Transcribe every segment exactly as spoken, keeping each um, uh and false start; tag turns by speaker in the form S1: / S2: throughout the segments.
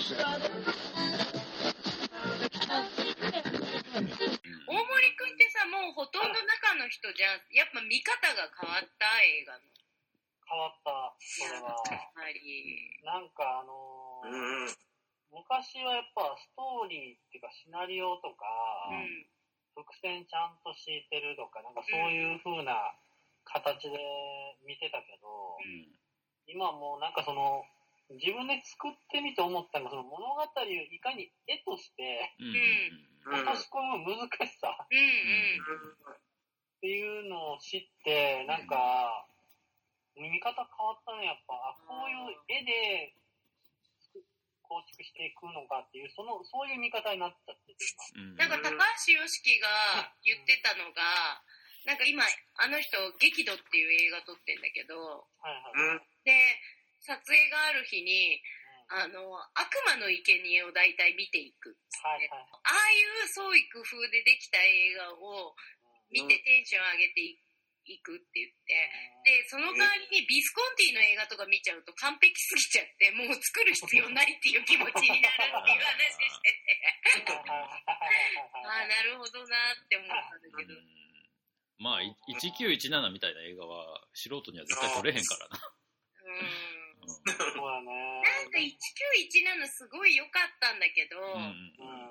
S1: 森くんってさ、もうほとんど中の人じゃん。やっぱ見方が変わった映画の。
S2: 変わった。それは。
S1: やっぱり。
S2: なんかあのー、うん、昔はやっぱストーリーっていうかシナリオとか、うん、伏線ちゃんと敷いてるとか、なんかそういう風な形で見てたけど、うん、今もうなんかその、自分で作ってみて思ったのが、その物語をいかに絵として落とし込む難しさっていうのを知って、なんか見方変わったね。やっぱこういう絵で構築していくのかっていう、そのそういう見方になっちゃってて、
S1: なんか高橋良樹が言ってたのが、なんか今あの人激怒っていう映画撮ってんだけど、はいはい、で撮影がある日に、あの悪魔の生贄を大体見ていく、はいはい、ああいう創意工夫でできた映画を見てテンション上げていくって言って、でその代わりにビスコンティの映画とか見ちゃうと完璧すぎちゃってもう作る必要ないっていう気持ちになるっていう話しててああなるほどなって思ったんだけど、
S3: まあいちきゅういちななみたいな映画は素人には絶対撮れへんからな。
S1: うん、そうだね。なんかいちきゅういちななすごい良かったんだけど、うんうん、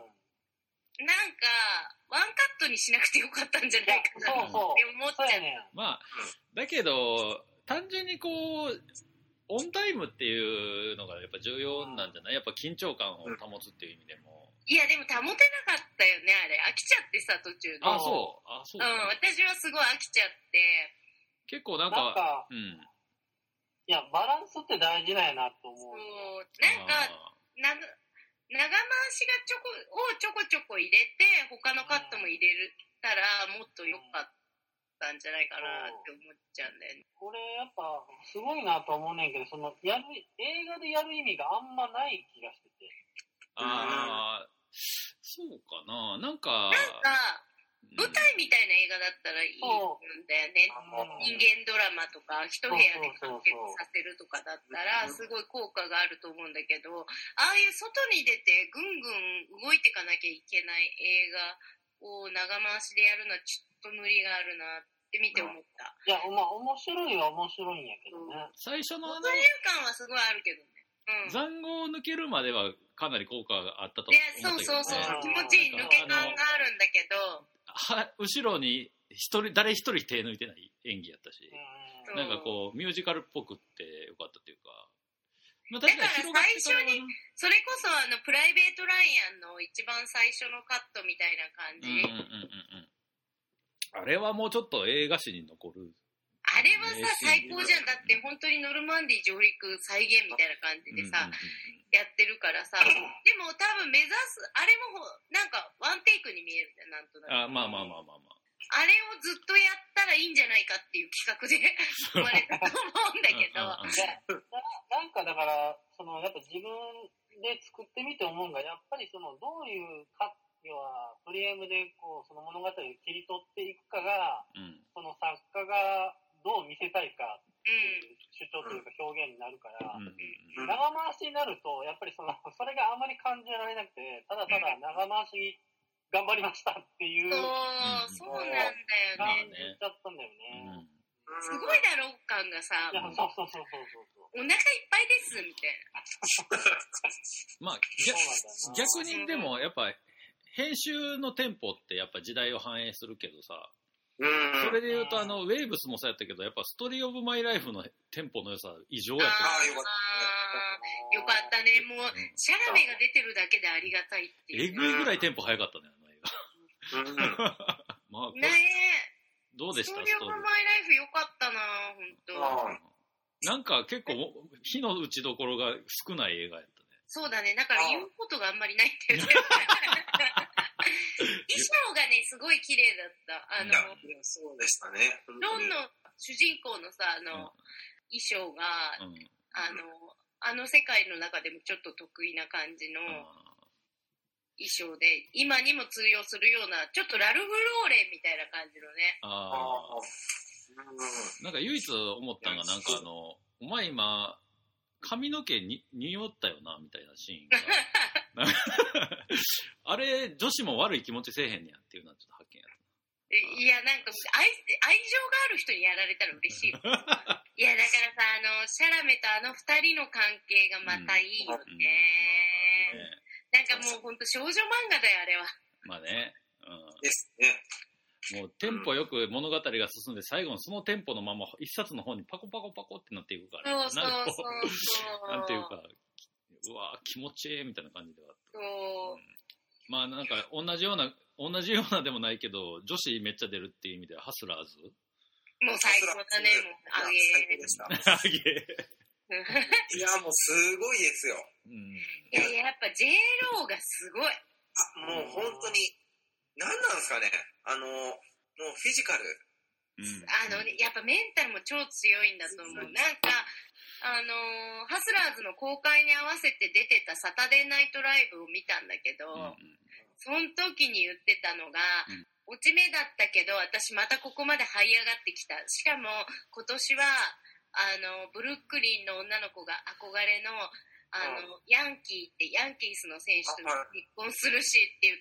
S1: なんかワンカットにしなくてよかったんじゃないかなって思っちゃう。ね、
S3: まあだけど単純にこうオンタイムっていうのがやっぱ重要なんじゃない？やっぱ緊張感を保つっていう意味でも。
S1: いやでも保てなかったよねあれ。飽きちゃってさ途中で。
S3: あそうあそう。うん
S1: 私はすごい飽きちゃって。
S3: 結構なんか。なんかうん
S2: いや、バランスって大事なんやなと思う。
S1: そう、なんか、な長回しがちょこをちょこちょこ入れて、他のカットも入れたら、もっと良かったんじゃないかなって思っちゃうんだよね。
S2: これやっぱ、すごいなと思うねんけど、その、やる、映画でやる意味があんまない気がしてて。
S3: ああ、そうかな。なんか、
S1: なんか、舞台みたいな映画だったらいいんだよね。人間ドラマとか一部屋で完結させるとかだったらすごい効果があると思うんだけど、ああいう外に出てぐんぐん動いていかなきゃいけない映画を長回しでやるのはちょっと無理があるなって見て思った。
S2: いや、まあ面白いは面白いんやけどね。
S3: 最初のあの
S1: 没入感はすごいあるけどね。
S3: うん、残語を抜けるまではかなり効果があったと思
S1: う、ね、そうそうそう、気持ちいい抜け感があるんだけど
S3: は後ろに一人誰一人手抜いてない演技やったし、うん、なんかこうミュージカルっぽくってよかったというか、
S1: まあ、だから最初にそれこそあのプライベート・ライアンの一番最初のカットみたいな感じ、うんうんうんうん、
S3: あれはもうちょっと映画史に残る。
S1: あれはさ最高じゃん。だって本当にノルマンディ上陸再現みたいな感じでさ、うんうんうん、やってるからさ、でも多分目指すあれもなんかワンテイクに見えるんだよなんとなく。
S3: あまあまあまあまあま
S1: あ。あれをずっとやったらいいんじゃないかっていう企画で生まれたと思うんだけど
S2: なんかだからそのやっぱ自分で作ってみて思うのがやっぱりそのどういうか要はフレームでこうその物語を切り取っていくかが、うん、その作家がどう見せたいかっていう主張というか表現になるから、うん、長回しになるとやっぱりそのそれがあんまり感じられなくてただただ長回し頑張りましたっていう
S1: そうそうなんだよね
S2: 感じちゃったんだよね、うん、
S1: すごいだろ感がさ
S2: いやそうそうそうそうそう
S1: お腹いっぱいですみたい
S3: なまあ逆にでもやっぱ編集のテンポってやっぱ時代を反映するけどさそれで言うとあのウェーブスもそうやったけどやっぱストーリーオブマイライフのテンポの良さ異常やった。
S1: あよかったよかったね。もう、うん、シャラメが出てるだけでありがたいっていう、
S3: えぐいぐらいテンポ早かったねあの映画まあ
S1: ねえ
S3: どうでした？
S1: ストーリーオブマイライフよかったな本
S3: 当。なんか結構火の打ちどころが少ない映画やったね。
S1: そうだね。だから言うことがあんまりないっていう衣装がねすごい綺麗だった。あの
S4: そうでしたね。
S1: ロンの主人公のさあの、うん、衣装が、うん、あのあの世界の中でもちょっと得意な感じの衣装で今にも通用するようなちょっとラルフ・ローレンみたいな感じのね。
S3: ああ。なんか唯一思ったのがなんかあのお前今髪の毛に匂ったよなみたいなシーンがあれ女子も悪い気持ちせえへんねやっていうのはちょっと発見やった。
S1: いやなんか 愛, 愛情がある人にやられたら嬉しいいやだからさあのシャラメとあの二人の関係がまたいいよね、うんうんね、なんかもうほんと少女漫画だよあれは。
S3: まあね、うん、
S4: ですね。
S3: もうテンポよく物語が進んで最後のそのテンポのまま一冊の本にパコパコパコってなっていくから、
S1: そうそうそうそう
S3: なんていうかうわ気持ちいいみたいな感じではあった。
S1: そう、
S3: うん、まあなんか同じような同じようなでもないけど女子めっちゃ出るっていう意味ではハスラーズ
S1: もう最高だね。もうあげ
S4: 最高でした。
S3: あげ
S4: いやもうすごいですよ、
S3: うん、
S1: いやいややっぱ J ローがすごい。
S4: あもう本当に何なんですかね、あのもうフィジカル、
S1: うん、あのやっぱメンタルも超強いんだと思う。なんかあのハスラーズの公開に合わせて出てたサタデーナイトライブを見たんだけど、うんうん、その時に言ってたのが、うん、落ち目だったけど私またここまで這い上がってきた。しかも今年はあのブルックリンの女の子が憧れのあのヤンキーってヤンキースの選手と結婚するしって言って、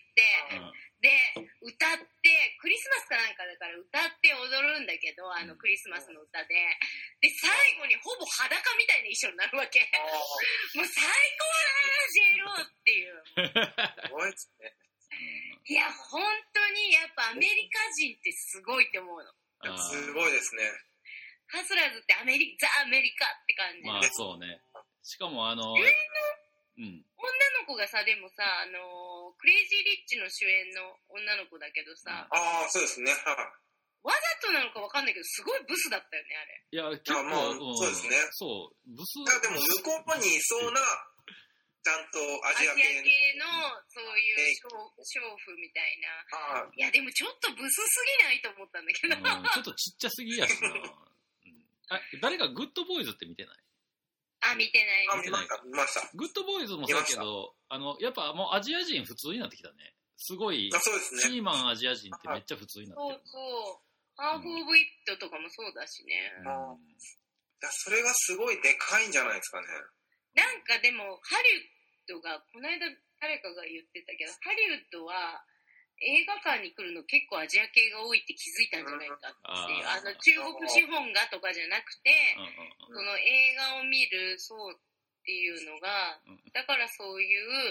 S1: で歌ってクリスマスかなんかだから歌って踊るんだけど、あのクリスマスの歌でで最後にほぼ裸みたいな衣装になるわけもう最高だな J ローっていうすごいですね。いや本当にやっぱアメリカ人ってすごいって思うの。
S4: すごいですね。
S1: ハスラーズってアメリザ・アメリカって感じ。
S3: まあそうね。しかもあの、
S1: 主演の女の子がさ、でもさ、あの、クレイジー・リッチの主演の女の子だけどさ、
S4: ああ、そうですね。
S1: わざとなのかわかんないけど、すごいブスだったよね、あれ。
S3: いや、結構、
S4: まあ、そうですね。
S3: そう、ブス。
S4: いや、でも向こうにいそうな、ちゃんとアジア系
S1: の、そういう娼婦みたいな。いや、でもちょっとブスすぎないと思ったんだけど。うん、
S3: ちょっとちっちゃすぎやしな。うん、あ、誰かグッドボーイズって見てない？
S1: あ、見てない。
S4: 見てない。見ました。
S3: グッドボーイズもそうだけど、あの、やっぱもうアジア人普通になってきたね。すごい、
S4: あ、そうですね、
S3: キーマンアジア人ってめっちゃ普通になってる。
S1: そうそう。ハーフ・オブ・イットとかもそうだしね。
S4: うん、だそれがすごいでかいんじゃないですかね。
S1: なんかでも、ハリウッドが、この間誰かが言ってたけど、ハリウッドは映画館に来るの結構アジア系が多いって気づいたんじゃないかっていう。あの、中国資本がとかじゃなくて、その映画を見る層っていうのが、だからそういう、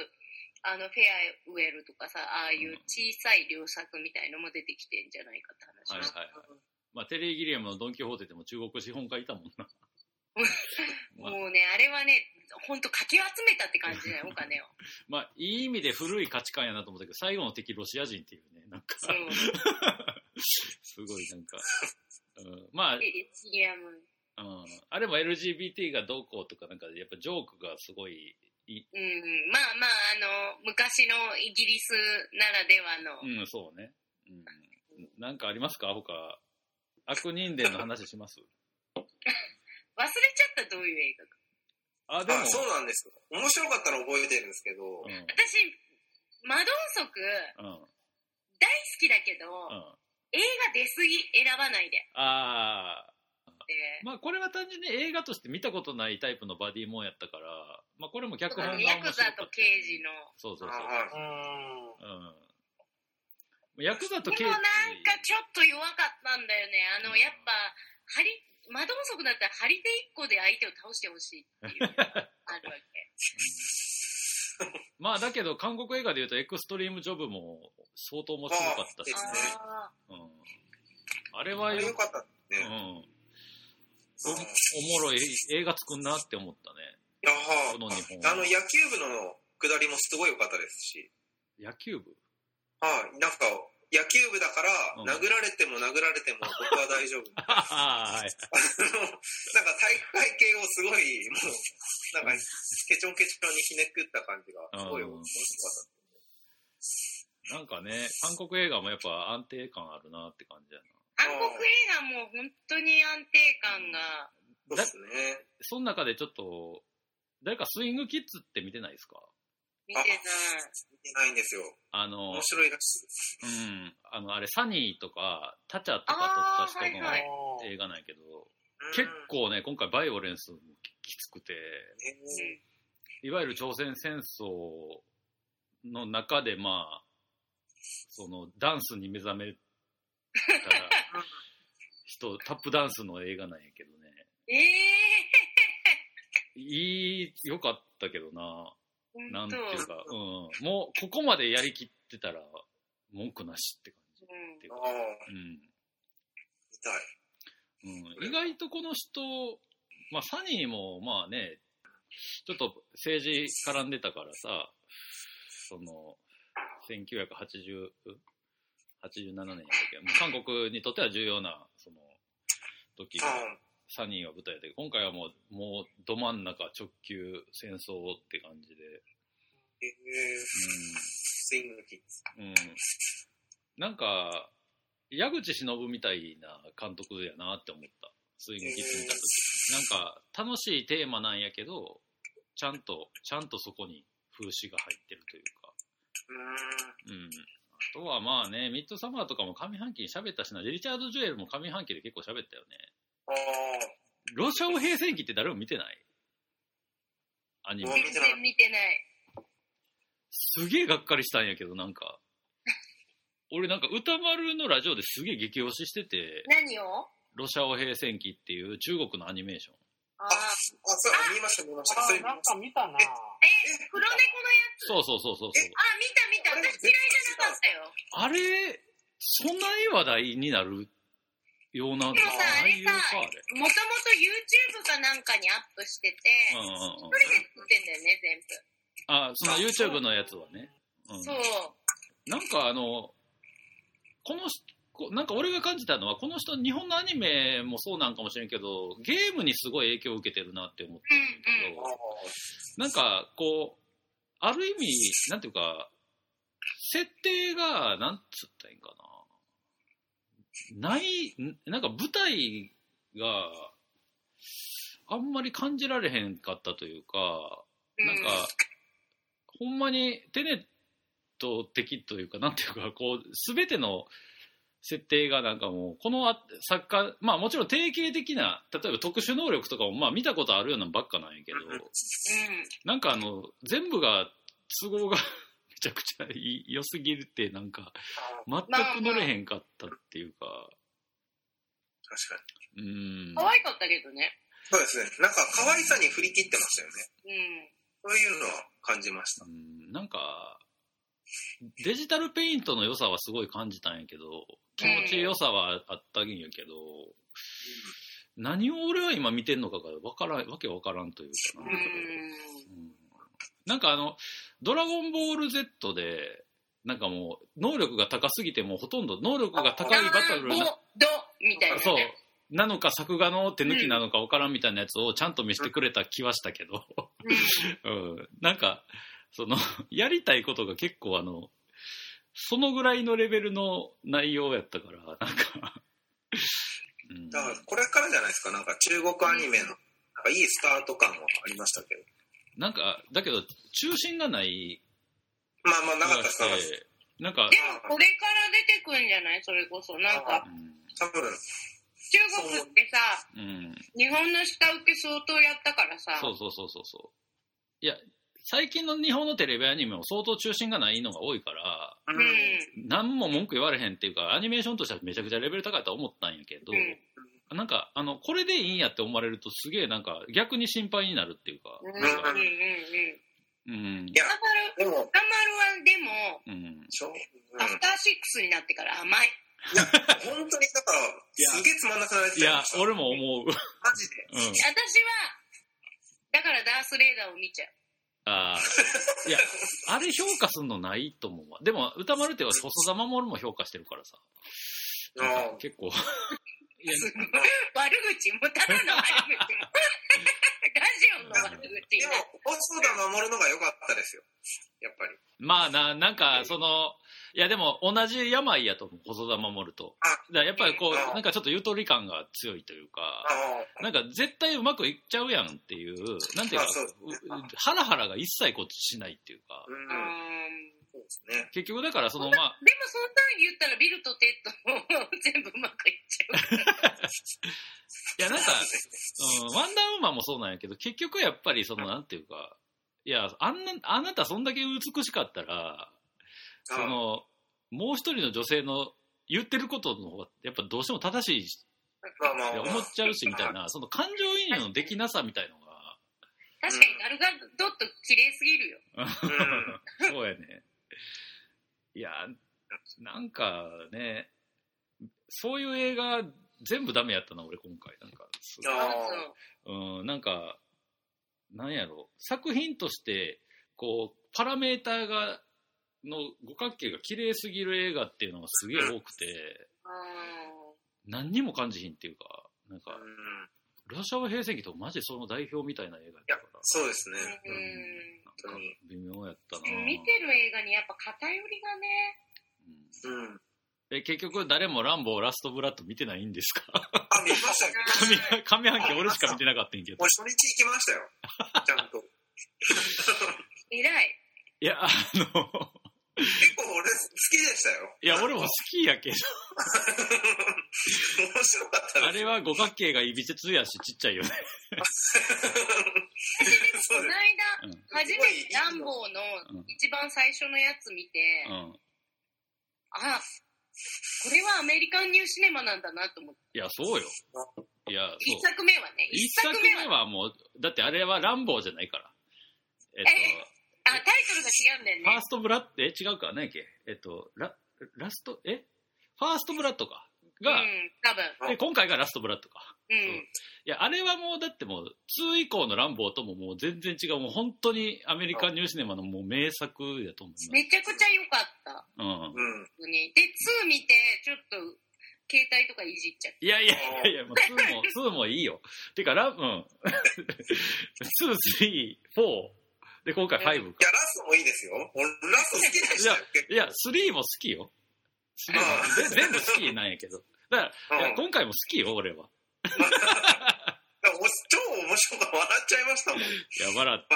S1: あの、フェアウェルとかさ、ああいう小さい良作みたいのも出てきてんじゃないかって話をして。
S3: はいはいはい。まあ、テレギリアムのドンキホーテでも中国資本家いたもんな。
S1: もうね、あれはね、ほんとかき集めたって感じだよ、お金を。
S3: まあ、いい意味で古い価値観やなと思ったけど、最後の敵ロシア人っていうね、なんか。
S1: そう。
S3: すごいなんか。うん、まあ、
S1: テレギアム。
S3: うん。あれも エルジービーティー がどうこうとかなんかで、やっぱジョークがすごい、い
S1: うん、まあまあ、あの、昔のイギリスならではの。
S3: うん、そうね。うん。なんかありますか他。悪人伝の話します
S1: 忘れちゃったどういう映画か。
S3: あ、でも。
S4: あ、そうなんですよ。面白かったの覚えてるんですけど。
S1: うん、私、マドンソク、うん、大好きだけど、うん、映画出すぎ、選ばないで。
S3: ああ。まあこれは単純に映画として見たことないタイプのバディモンやったから、まあこれも脚本が面白かった。
S1: ヤクザと刑事の。
S3: そうそうそう。うん。ヤクザと刑事。
S1: でもなんかちょっと弱かったんだよね。あの、やっぱ、ハリ、マドンソクだったら張り手一個で相手を倒してほしいっていうあるわけ。
S3: まあだけど韓国映画でいうとエクストリームジョブも相当面白かったしね。あ, うん、あれは
S4: 良かったね。うん。
S3: お, おもろい映画作んなって思ったね。
S4: いやはこの日本あの野球部の下りもすごい良かったですし。
S3: 野球部？
S4: はい、なんか野球部だから、うん、殴られても殴られても僕は大丈夫。はい。なんか体育会系をすごいもうなんかケチョンケチョンにひねくった感じがすごい面白かった。
S3: なんかね、韓国映画もやっぱ安定感あるなって感じやな。
S1: 韓国映画も本当に安定感が。
S4: そうですね。
S3: その中でちょっと、誰かスイングキッズって見てないですか？
S1: 見てない。
S4: 見てないんですよ。
S3: あの、
S4: 面白いらしいです。
S3: うん。あの、あれ、サニーとか、タチャとか撮った人の映画なんやけど、はいはい、結構ね、今回バイオレンスきつくて、いわゆる朝鮮戦争の中でまあそのダンスに目覚めた人タップダンスの映画なんやけどね。
S1: ええ
S3: ー、いい良かったけどな。なんていうか、うん、もうここまでやりきってたら文句なしって感じ。うん、っていうか、うん。痛い。うん、意外とこの人、まあサニーもまあね、ちょっと政治絡んでたからさ、そのせんきゅうひゃくはちじゅう、はちじゅうななねんやったっけ、もう韓国にとっては重要なその時がサニーは舞台で、今回はもうもうど真ん中直球戦争って感じで、えー、うん、スイングキッズ、うん、なんか矢口忍みたいな監督やなって思った。スイングキッズ見た時、えー、なんか楽しいテーマなんやけど、ちゃんとちゃんとそこに風刺が入ってるというか、うん、あとはまあね、ミッドサマーとかも上半期に喋ったしな、リチャード・ジュエルも上半期で結構喋ったよね。あロシア語平戦記って誰も見てない？アニメ。
S1: 全然見てない。
S3: すげえがっかりしたんやけど、なんか俺なんか歌丸のラジオですげえ激推ししてて。
S1: 何を？
S3: ロシア語平戦記っていう中国のアニメーション。
S4: ああ、そう見ました見ました。
S2: あなんか見たな。
S1: え、え黒猫のやつ。
S3: そうそうそうそうそう。
S1: あ、見た見た。私嫌いじゃなかったよ。
S3: あれそんなに話題になるような。
S1: でもさ、あれさ、もともと YouTube かなんかにアップしてて、一、うんうん、人で作ってんだよね、全部。
S3: あ、その YouTube のやつはね。
S1: うん、そう。
S3: なんかあの、このなんか俺が感じたのは、この人日本のアニメもそうなんかもしれんけど、ゲームにすごい影響を受けてるなって思ってるんだけど、うんうん、なんかこうある意味なんていうか設定がなんつったらいいんかな、ないなんか舞台があんまり感じられへんかったというか、なんかほんまにテネット的というか、なんていうかこう全ての設定がなんかもうこの作家、まあもちろん定型的な例えば特殊能力とかもまあ見たことあるようなばっかなんやけど、うん、なんかあの全部が都合がめちゃくちゃ良すぎるってなんか全く乗れへんかったっていうか、まあまあ、
S4: 確か
S3: にうん
S1: 可愛かったけどね。
S4: そうですね、なんか可愛さに振り切ってましたよね。うん、そういうのは感じました。
S3: うんなんかデジタルペイントの良さはすごい感じたんやけど、気持ち良さはあったんやけど、うん、何を俺は今見てんのかがわからん、わけわからんというかな、うんうん、なんかあのドラゴンボール Z でなんかもう能力が高すぎてもうほとんど能力が高いバトルな
S1: ドみたいな、ね、
S3: そうなのか作画の手抜きなのかわからんみたいなやつをちゃんと見せてくれた気はしたけど、うん、なんかそのやりたいことが結構あのそのぐらいのレベルの内容やったからなんか、
S4: うん、だからこれからじゃないですか、なんか中国アニメのなんかいいスタート感はありましたけど、
S3: なんかだけど中心がない
S4: まあまあなかったです
S3: なんか
S1: でもこれから出てくるんじゃない、それこそなんか、うん、多分中国ってさ、うん、日本の下請け相当やったからさ、
S3: そうそうそうそうそういや最近の日本のテレビアニメも相当中心がないのが多いから、うん、何も文句言われへんっていうかアニメーションとしてはめちゃくちゃレベル高いと思ったんやけど、うん、なんかあのこれでいいんやって思われるとすげえなんか逆に心配になるっていうか、うんうんうん
S1: うん、いやでも歌丸はでも、うん、アフターシックスになってから甘い。
S4: いや本当にだからすげえつまんなくなる。
S3: いや俺も思うマ
S4: ジで、
S1: うん、私はだからダースレーダーを見ちゃう。
S3: あいやあれ評価するのないと思うわ。でも歌丸っては細田守も評価してるからさ、なんか結構
S1: いやすごい悪口もただの悪口もラジオの悪口
S4: でも細田守るのが良かったですよやっぱり。
S3: まあななんかそのいやでも同じ病やと思う細田守と。だからやっぱりこうなんかちょっとゆとり感が強いというか、なんか絶対うまくいっちゃうやんっていうなんていうかハラハラが一切こっちしないっていうか。うんそうですね、結局だからそのまあでも
S1: そんなん言ったらビルとテッドも全部うまくいっちゃうい
S3: いや、なんか、うん、ワンダーウーマンもそうなんやけど、結局やっぱり、その、なんていうか、いや、あんな、あなたそんだけ美しかったら、その、もう一人の女性の言ってることの方が、やっぱどうしても正しいって思っちゃうし、みたいな、その感情移入のできなさみたいのが。
S1: 確かにガルガドット綺麗すぎるよ。
S3: そうやね。いや、なんかね、そういう映画全部ダメやったな、俺今回。なんか、うん、なんか、なんやろ、作品として、こう、パラメーターが、の五角形が綺麗すぎる映画っていうのがすげえ多くて、何にも感じひんっていうか、なんか、ルシャワ平成期とマジその代表みたいな映画やったから。
S4: そうですね。
S3: うん、なんか微妙やったな。
S1: 見てる映画にやっぱ偏りがね。
S4: うん。
S3: え、結局誰もランボーラストブラッド見てないんですか？
S4: あ、見ました
S3: っけ？上半期俺しか見てなかったんけど。
S4: 俺初日行きましたよ。ちゃんと。
S1: 偉い。
S3: いや、あの、
S4: 結構俺好きでしたよ。
S3: いや、俺も好きやけど。
S4: 面白かったです。
S3: あれは五角形がいびつやしちっちゃいよね。
S1: この間、うん、初めてランボーの一番最初のやつ見て、うん、あ、これはアメリカンニューシネマなんだなと思って。
S3: いや、そうよ。いや、そう。
S1: 一作目はね。
S3: 一作目はもう、だってあれはランボーじゃないから。えっと、
S1: あ、タイトルが違うんだよね。
S3: ファーストブラッド、え、違うか、何やっけ、えっと、ラ、ラスト、えファーストブラッドか。が、うん、
S1: 多分。
S3: で、今回がラストブラッドか。
S1: うん。
S3: いや、あれはもう、だってもう、に以降のランボーとももう全然違う、もう本当にアメリカンニューシネマのもう名作やと思います。
S1: めちゃくちゃ良かった。
S3: うん。
S1: で、に見て、ちょっと、携帯とかいじっちゃって。
S3: いやいやいやいや、もうにも、にもいいよ。てか、ラン、うん。に、さん、よん。で、今回ごか。いや、
S4: ラストもいいですよ。俺、ラスト好きでしたよ。
S3: いや、いや、さんも好きよ。全部好きなんやけど。だから、いや、今回も好きよ、俺は。
S4: 超面白く笑っちゃいましたもん。い
S3: や、笑った。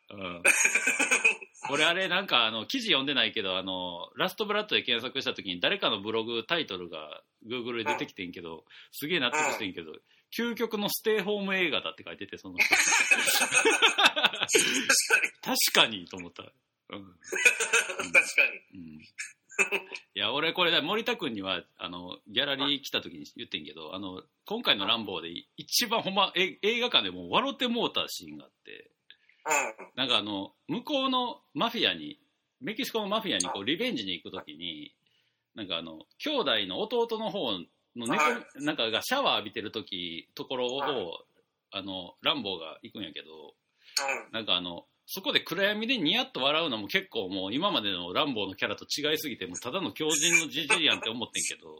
S3: うん。俺、あれ、なんか、あの、記事読んでないけど、あの、ラストブラッドで検索したときに、誰かのブログタイトルが Google で出てきてんけど、すげえ納得してんけど、究極のステイホーム映画だって書いてて、その。確
S4: かに。
S3: 確かに、と思った。うん。
S4: 確かに。
S3: うん。いや、俺これ森田君にはあのギャラリー来た時に言ってんけど、あの今回のランボーで一番ほんまえ映画館でも笑ってもうたシーンがあって、なんかあの向こうのマフィアにメキシコのマフィアにこうリベンジに行く時に、なんかあの兄弟の弟の方の猫なんかがシャワー浴びてる時ところをあのランボーが行くんやけど、なんかあのそこで暗闇でニヤッと笑うのも結構もう今までのランボーのキャラと違いすぎてもうただの狂人のジジイやんって思ってんけど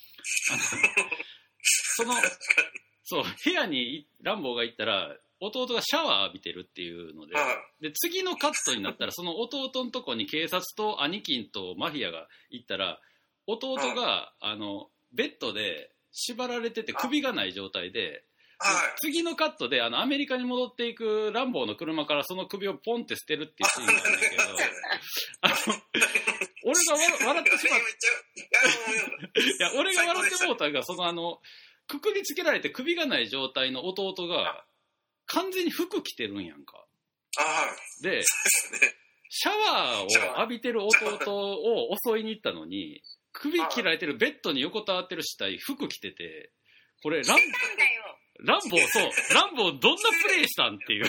S3: そのそう部屋にランボーが行ったら弟がシャワー浴びてるっていうので、で次のカットになったらその弟のとこに警察と兄貴とマフィアが行ったら弟があのベッドで縛られてて首がない状態で、次のカットであのアメリカに戻っていくランボーの車からその首をポンって捨てるっていうシーンなんだけどあの俺が笑ってしまったいや俺が笑ってもうたがそのあのくくりつけられて首がない状態の弟が完全に服着てるんやんか。でシャワーを浴びてる弟を襲いに行ったのに首切られてるベッドに横たわってる死体服着てて、これランランボー、そう、ランボーどんなプレイしたんっていう。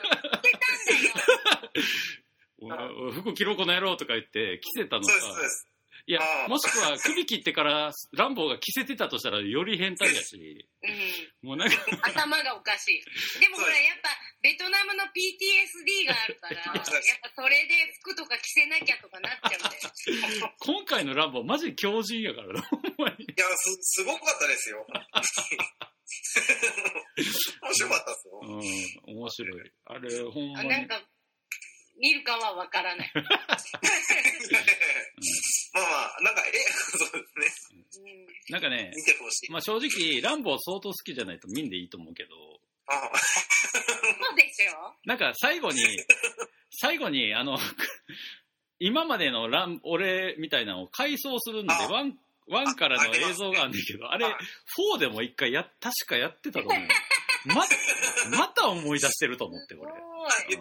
S3: 服着ろこの野郎とか言って着せたのか。いや、もしくは首切ってからランボーが着せてたとしたらより変態だし。
S1: うん、もうなんか頭がおかしい。でもこれやっぱベトナムの ピーティーエスディー があるから、やっぱそれで服とか着せなきゃとかなっちゃうんだよ。
S3: 今回のランボーマジで強靭やからな、ほんまに。
S4: いや、す、すごかったですよ。面白かったっすよ。
S3: うん、面白い。あれ、ほんまに。
S1: なんか、見るかはわからない。うん、まあ
S4: まあ、なんか、え、そうですね。
S3: うん、なんかね、
S4: 見てほしい。
S3: まあ正直、ランボー相当好きじゃないと見んでいいと思うけど。
S4: ああ
S1: そうでしょ？
S3: なんか最後に、最後に、あの、今までのラン、俺みたいなのを回想するんで、ワン、 ワンからの映像があるんだけど、あれ、フォーでも一回や、確かやってたと思う。ま、また思い出してると思って、これ。うん、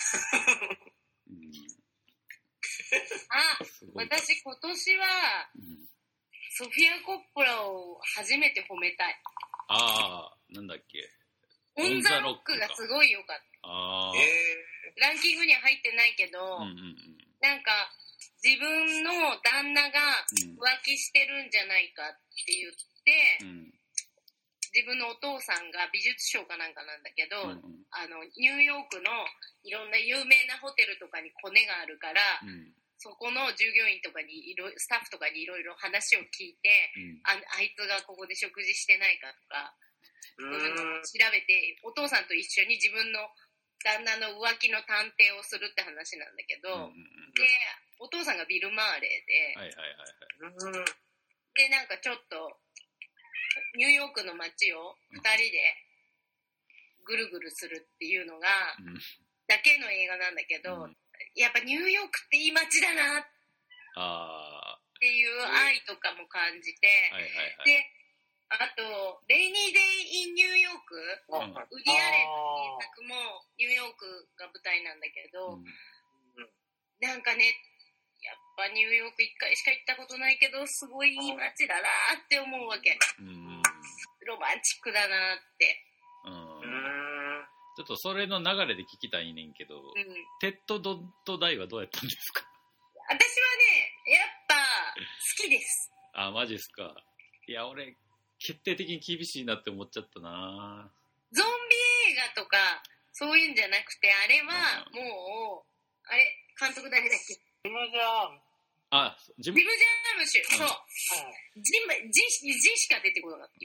S1: あ、私今年は、うん、ソフィア・コッポラを初めて褒めたい。
S3: ああ、なんだっけ。
S1: オン・ザ・ロックがすごい良かった。ああ。ランキングには入ってないけど、うんうんうん、なんか、自分の旦那が浮気してるんじゃないかって言って、うん、自分のお父さんが美術商かなんかなんだけど、うんうん、あのニューヨークのいろんな有名なホテルとかにコネがあるから、うん、そこの従業員とかにいろスタッフとかにいろいろ話を聞いて、うん、あ, あいつがここで食事してないかとか、そういうのを調べて、お父さんと一緒に自分の旦那の浮気の探偵をするって話なんだけど、うんうんうん、でお父さんがビル・マーレーで、はいはいはいはい、でなんかちょっとニューヨークの街をふたりでぐるぐるするっていうのが、うん、だけの映画なんだけど、うん、やっぱニューヨークっていい街だなっていう愛とかも感じて、はいはいはい、であとレイニーデイ・イン・ニューヨーク、うん、ウディ・アレンの原作もニューヨークが舞台なんだけど、うん、なんかねやっぱニューヨークいっかいしか行ったことないけどすごいいい街だなって思うわけ、うん、ロマンチックだなって、うん、
S3: ちょっとそれの流れで聞きたいねんけど、うん、テッド・ドット・ダイはどうやったんですか？
S1: 私はねやっぱ好きです。
S3: あ、マジっすか。いや俺決定的に厳しいなって思っちゃったな。
S1: ゾンビ映画とかそういうんじゃなくてあれはもう、うん、あれ監督誰だっけ？
S2: ジム・ジャーム。
S3: あ、
S1: ジム・ジャームシュ。そう。ジム、ジ、ジしか出てこなかった。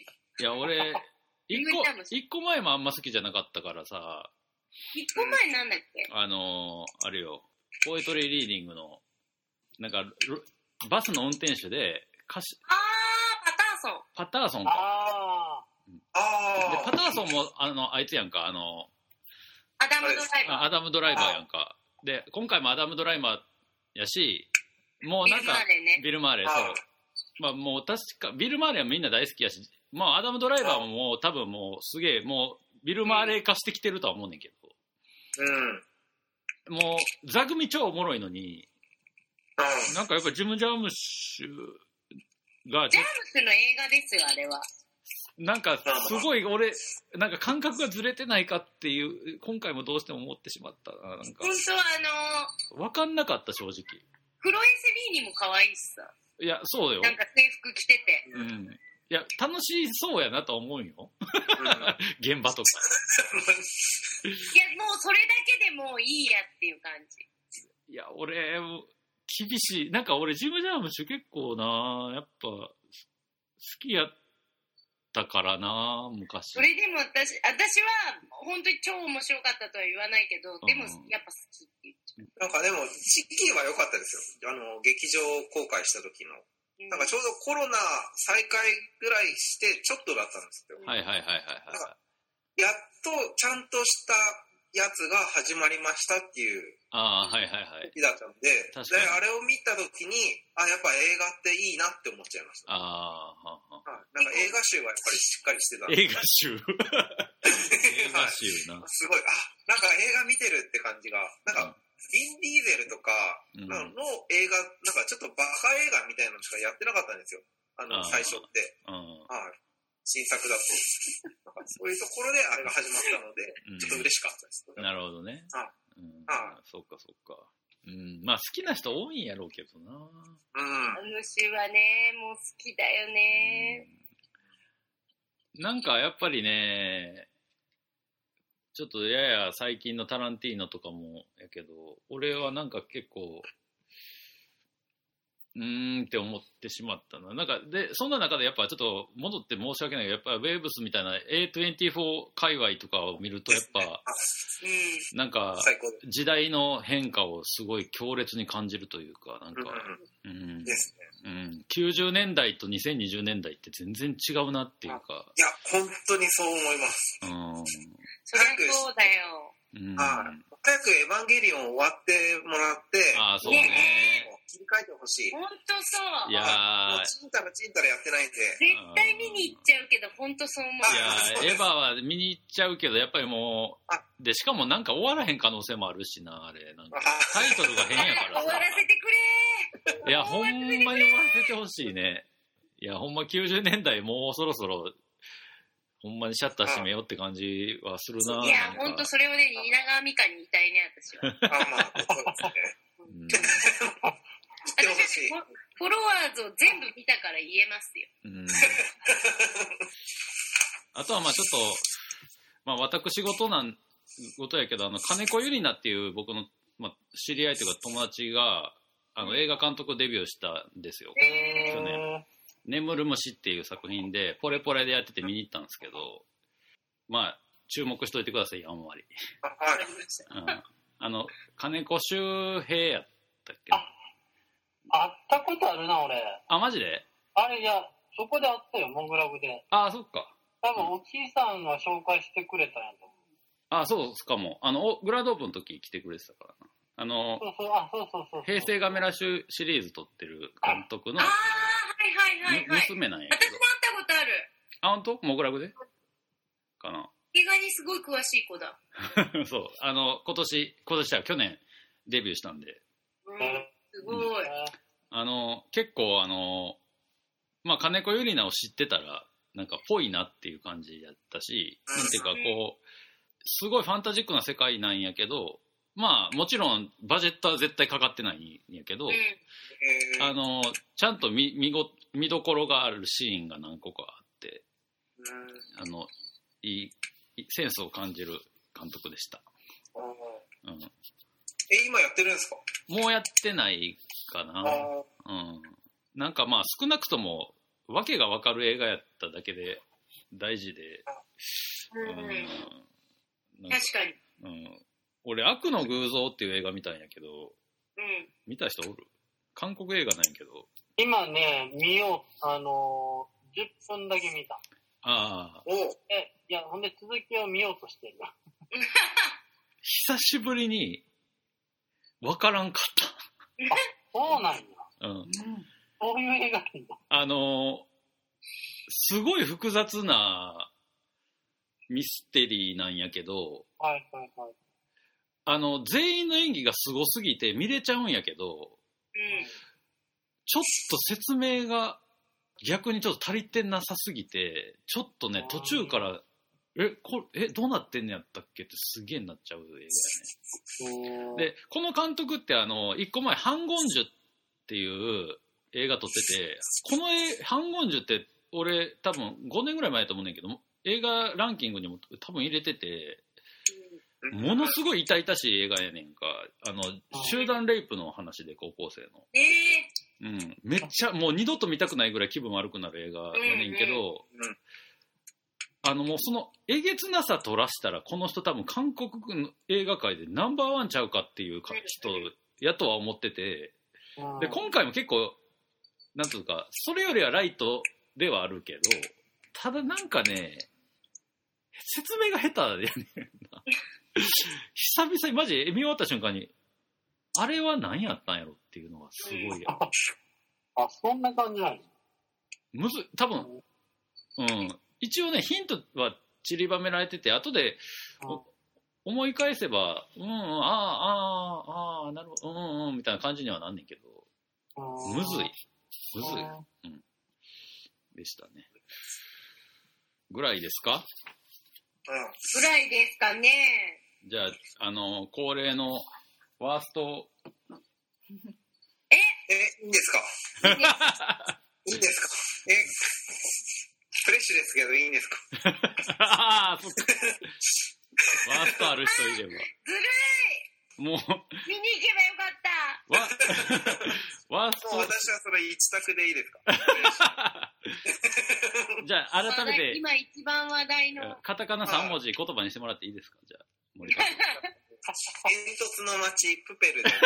S3: いや、俺、一個、一個前もあんま好きじゃなかったからさ。
S1: 一個前なんだっけ？
S3: あのー、あれよ、ポエトリーリーディングの、なんか、バスの運転手で、歌詞。
S1: あー、パターソン。
S3: パターソンか。あー。あー。で、パターソンも、あの、あいつやんか、あの、
S1: アダム・ドライバー。
S3: アダム・ドライバーやんか。で、今回もアダム・ドライバー、やし、もうなんかビル・マーレー、ね、そう、まあもう確かビル・マーレーはみんな大好きやし、まあアダム・ドライバーももう多分もうすげえもうビル・マーレー化してきてるとは思うねんけど、うん、もう座組超おもろいのに、うん、なんかやっぱジム・ジャームシュが
S1: ジャームスの映画ですよあれは。
S3: なんかすごい俺なんか感覚がずれてないかっていう今回もどうしても思ってしまったな。なんか
S1: 本当はあ
S3: のー、分かんなかった正直。
S1: クロエス・リーニも可愛いしさ。
S3: いやそうよ。
S1: なんか制服着てて。
S3: うん。いや楽しそうやなと思うよ。うん、現場とか。
S1: いやもうそれだけでもういいやっていう感じ。
S3: いや俺厳しい。なんか俺ジム・ジャームシュ結構なやっぱ好きやだからな昔。
S1: それでも私私は本当に超面白かったとは言わないけど、でもやっぱ好きって言っちゃう。
S4: なんかでも時期は良かったですよ。あの劇場公開した時の、うん、なんかちょうどコロナ再開ぐらいしてちょっとだったんですよ。
S3: はいはいはいはい、はい、なんか
S4: やっとちゃんとしたやつが始まりましたっていう
S3: ああはいはいはい
S4: 時だったので、であれを見た時にあやっぱ映画っていいなって思っちゃいました。ああはは、はい、なんか映画集はやっぱりしっかりしてた。
S3: 映画集映画集な、
S4: はい、すごいあなんか映画見てるって感じがなんか、うん、ビン・ディーゼルとかの映画、うん、なんかちょっとバカ映画みたいなのしかやってなかったんですよあの最初って、はい新作だとそういうところであれが始まったので、うん、ちょっと嬉しかったです。
S3: なるほどね。あうん、あそうかそうか。うん、まあ好きな人多いんやろうけどな。うん。
S1: 虫はね、もう好きだよね、
S3: うん。なんかやっぱりね、ちょっとやや最近のタランティーノとかもやけど、俺はなんか結構、うーんって思ってしまったな。なんかでそんな中でやっぱちょっと戻って申し訳ないけどやっぱウェーブスみたいな エーにじゅうよん 界隈とかを見るとやっぱなんか時代の変化をすごい強烈に感じるというかなんか、うんうんうん、きゅうじゅうねんだいとにせんにじゅうねんだいって全然違うなっていうか。
S4: いや本当にそう思います。うん。
S1: そりゃそうだよ。
S4: うん、早くエヴァンゲリオン終わってもらって、
S3: あそうね、
S4: 切り替書いてほしい。
S1: 本当そう。
S3: いや
S4: ー、もうちんたらちんたらやってないんで。
S1: 絶対見に行っちゃうけど、本当そう思う。
S3: いやー、エヴァは見に行っちゃうけど、やっぱりもう、で、しかもなんか終わらへん可能性もあるしな、あれ。なんかタイトルが変やからさ。
S1: 終わらせてくれー。
S3: いや、ほんまに終わらせてほしいね。いや、ほんまきゅうじゅうねんだいもうそろそろ、ほんまにシャッター閉めようって感じはするな。
S1: いや、ほんとそれをね、蜷川美香に言いたいね、私は。
S4: あ、まあ、そうですね。うん、
S1: 私はフォロワーズを全部見たから言えますよ。うん、
S3: あとはまあちょっと、まあ私事なん、ことやけど、あの、金子ゆりなっていう僕の、まあ、知り合いというか友達が、あの、映画監督デビューしたんですよ。去年。眠る虫っていう作品で、ポレポレでやってて見に行ったんですけど、まあ、注目しといてください、あんまり。うん、あの、金子周平やったっけ？
S2: あ、会ったことあるな、俺。
S3: あ、マジで？
S2: あれ、いや、そこで会ったよ、モグラブで。
S3: あ、そっか。
S2: 多分、おきいさんが紹介してくれたんやと思う。
S3: あ、そうかも。あの、グラドオープンの時来てくれてたからな。あの、
S2: そうそう、あ、そうそうそうそう。
S3: 平成ガメラシシリーズ撮ってる監督の、
S1: ああ、はいはいはいはい。
S3: 娘なんやけど。
S1: 私も会ったことある。
S3: あ、ほんと？モグラブでかな。
S1: 映画にすごい詳しい子だ。
S3: そう。あの、今年、今年は去年デビューしたんで。
S1: うん、すごい。
S3: あの、結構あの、まあ、金子ゆりなを知ってたら、なんかぽいなっていう感じやったし、なんていうかこう、すごいファンタジックな世界なんやけど、まあもちろんバジェットは絶対かかってないんやけど、うん、あのちゃんと 見, 見, ご見どころがあるシーンが何個かあって、うん、あのいいセンスを感じる監督でした。
S4: うん、え今やってるんですか？
S3: もうやってないかな。うん、なんかまあ少なくとも訳が分かる映画やっただけで大事で、
S1: うんうん、確かに。
S3: うん、俺、悪の偶像っていう映画見たんやけど、
S1: うん、
S3: 見た人おる？韓国映画なんやけど。
S2: 今ね、見よう、あのー、じゅっぷんだけ見た。
S3: ああ。
S2: おえ、いや、ほんで続きを見ようとしてる。
S3: 久しぶりに、わからんかった。
S2: あ、そうなんや。
S3: うん。
S2: そういう映画なんだ。
S3: あのー、すごい複雑なミステリーなんやけど、
S2: はいはいはい。
S3: あの、全員の演技がすごすぎて見れちゃうんやけど、うん、ちょっと説明が逆にちょっと足りてなさすぎて、ちょっとね、途中から、え、これ、え、どうなってんのやったっけってすげえなっちゃう映画やね。で、この監督ってあの、一個前、ハンゴンジュっていう映画撮ってて、このハンゴンジュって俺多分ごねんぐらい前だと思うねんけど、映画ランキングにも多分入れてて、ものすごい痛々しい映画やねんか。あの、集団レイプの話で高校生の。
S1: え
S3: ー、うん。めっちゃ、もう二度と見たくないぐらい気分悪くなる映画やねんけど、うんうん、あのもうそのえげつなさ取らしたら、この人多分韓国の映画界でナンバーワンちゃうかっていう人やとは思ってて、で、今回も結構、なんというか、それよりはライトではあるけど、ただなんかね、説明が下手やねんな。久々にマジ見終わった瞬間に、あれは何やったんやろっていうのがすごいや。
S2: あ, あ、そんな感じなの？
S3: むず、多分、うん。一応ね、ヒントは散りばめられてて、後で思い返せば、うん、ああ、ああ、ああ、なるほど、うん、うん、みたいな感じにはなんねんけど、むずい。むずい。うん。でしたね。ぐらいですか？
S1: ぐらいですかね。
S3: じゃあ、あの、恒例のワースト。
S1: え
S4: え、いいんですか？いいんですか？え、フレッシュですけどいいんですか？
S3: ああ、そっか。ワーストある人いれば。ずる
S1: い
S3: もう。
S1: 見に行けばよかった。
S3: ワワースト。
S4: 私はそれ一択でいいですか？
S3: じゃあ、改めて。
S1: 今一番話題の。
S3: カタカナさん文字言葉にしてもらっていいですか？じゃあ、森川さん。
S4: 煙突の町、プペルで。プ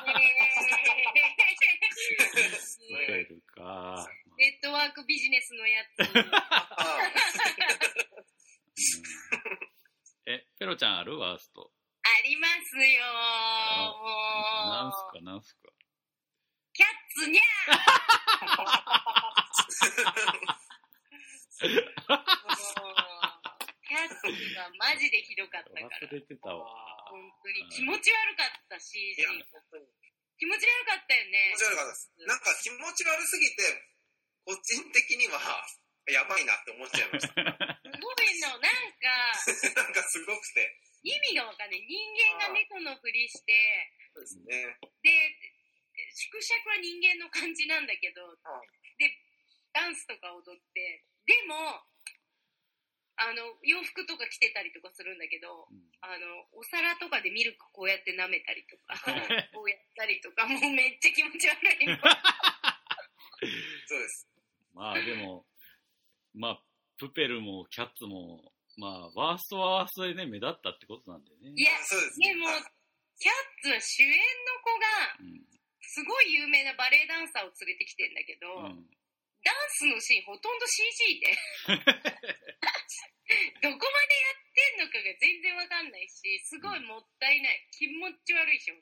S3: ペルか。
S1: ネットワークビジネスのやつ。
S3: うん、え、ペロちゃんある？ワースト。
S1: ありますよー。
S3: なんすか、なんすか。
S1: キャッツにゃーキャッツがマジでひどかったから。
S3: 忘れてたわ。
S1: 本当に気持ち悪かったし、いや気持ち悪かったよね。
S4: 気持ち悪かったです。なんか気持ち悪すぎて、個人的にはやばいなって思っちゃいました。
S1: すごいの、なんか、
S4: なんかすごくて。
S1: 意味がわかんない。人間が猫のふりして、
S4: そうですね。
S1: で、縮尺は人間の感じなんだけど、で、ダンスとか踊って、でも、あの、洋服とか着てたりとかするんだけど、うん、あの、お皿とかでミルクこうやって舐めたりとか、こうやったりとか、もうめっちゃ気持ち悪いの。
S4: そうです。
S3: まあでも、まあ、プペルもキャッツも、まあ、ワーストはワーストでね、目立ったってことなんだよね。
S1: いや、そうですね。でも、キャッツは主演の子が、すごい有名なバレエダンサーを連れてきてんだけど、うん、ダンスのシーンほとんど シージー で、どこまでやってんのかが全然わかんないし、すごいもったいない。気持ち悪いし、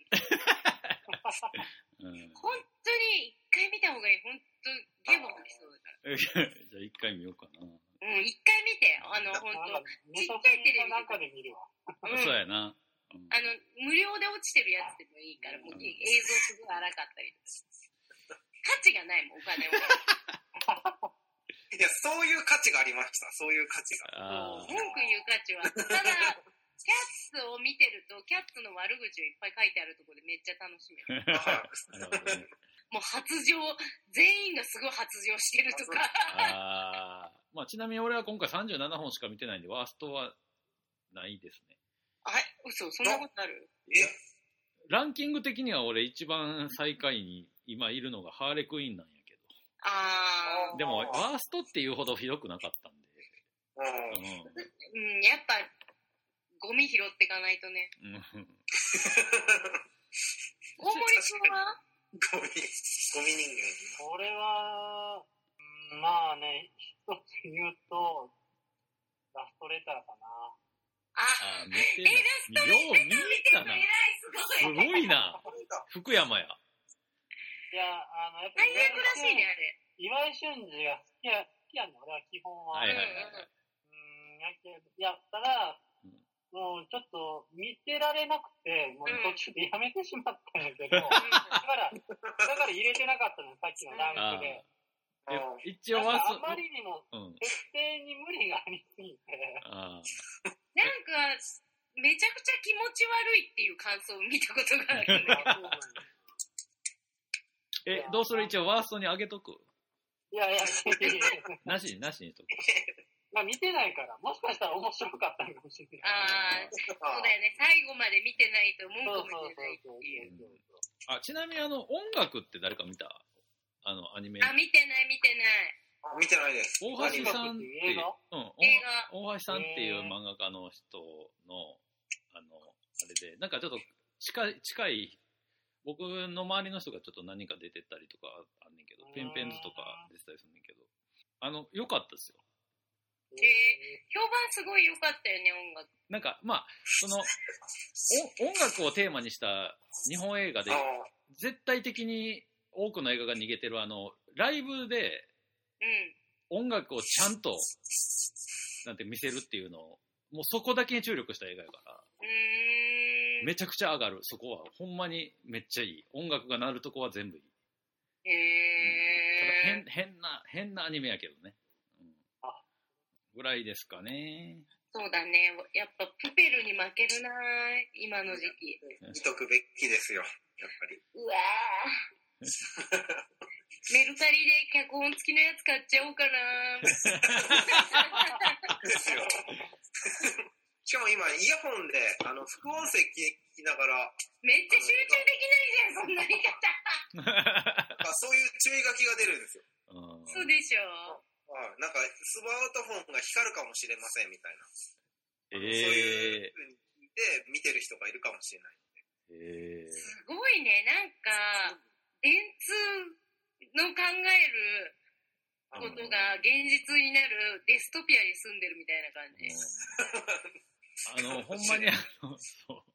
S1: うん、本当に一回見た方がいい。本当、ゲボ吐きそうだから。じ
S3: ゃあ一回見ようかな。
S1: うん、一回見て。あの、本当ちっちゃいテレビ
S2: の中で見るわ。
S3: うん、そうやな。
S1: うん、あの、無料で落ちてるやつでもいいから、もう映像すごい荒かったりとか。価値がないもん、お金は。
S4: いや、そういう価値がありました。そういう価値が。
S1: 文句言う価値は。ただ、キャッツを見てると、キャッツの悪口をいっぱい書いてあるところでめっちゃ楽しめる。もう発情、全員がすごい発情してるとか。
S3: あまあ、ちなみに俺は今回さんじゅうななほんしか見てないんで、ワーストはないですね。
S1: あ、嘘、そんなことある？
S4: え
S3: ランキング的には俺一番最下位に今いるのがハーレクイーンなんやけど。
S1: あ
S3: でも、ワーストっていうほどひどくなかったんで。
S1: うん。うん、やっぱ、ゴミ拾っていかないとね。うん。大森君は
S4: ゴミ、ゴミ人間。
S2: これは、まあね、一つ言うと、ラストレターかな。
S1: あ、あ見てえ、ラストレター見てたな。
S3: すごいな。福山や。
S2: いや、あの、やっぱ
S1: 最悪らしいね、あれ。
S2: 岩井俊二が好きや、好きやんね、俺は基本は。
S3: はいはいはい。
S2: うん、やけど、いや、ただ、もうちょっと見てられなくて、もう途中でやめてしまったんやけど、だから、だから入れてなかったのよ、さっきのランクで。
S3: 一応は
S2: あまりにも設定に無理がありすぎて。
S1: なんか、めちゃくちゃ気持ち悪いっていう感想を見たことがあるんだけど。
S3: え、どうする？一応ワーストに上げとく？
S2: いやいや、
S3: なしに、なしにとく。
S2: まあ見てないから、もしかしたら面白かったのかもしれない。
S1: ああ、そうだよね。最後まで見てないと文句も言えないっていう。
S3: あ、ちなみにあの、音楽って誰か見た？あの、アニメ。
S1: あ、見てない、見てない。
S4: あ、見てないです。
S3: 大橋さんっていう、うん、
S1: 映画
S3: 大橋さんっていう漫画家の人の、あの、あれで、なんかちょっと近い、近い、僕の周りの人がちょっと何か出てったりとかあんねんけど、ペンペンズとか出てたりするんねんけど、あの、良かったですよ。
S1: えー、評判すごい良かったよね、音楽。
S3: なんか、まあ、その、音楽をテーマにした日本映画で、絶対的に多くの映画が逃げてる、あの、ライブで、音楽をちゃんと、なんて見せるっていうのを、もうそこだけに注力した映画やから、
S1: うーん
S3: めちゃくちゃ上がる、そこは。ほんまにめっちゃいい。音楽が鳴るとこは全部いい。
S1: へ
S3: ー。ただ変、変な、変なアニメやけどね。うん、ぐらいですかね。
S1: そうだね。やっぱプペルに負けるな今の時期。
S4: 見とくべきですよ、やっぱり。
S1: うわー。メルカリで脚本付きのやつ買っちゃおうかな
S4: ですよ。しかも今、イヤホンで、あの、副音声聞きながら。
S1: めっちゃ集中できないじゃん、そんな言い
S4: 方。そういう注意書きが出るんですよ。
S1: そうでしょ。
S4: なんか、スマートフォンが光るかもしれませんみたいな。
S3: えー、そう
S4: いう風に見て、見てる人がいるかもしれない。
S3: えー、
S1: すごいね、なんか、電通の考えることが現実になるデストピアに住んでるみたいな感じ。
S3: あの、ほんまにあの、そう。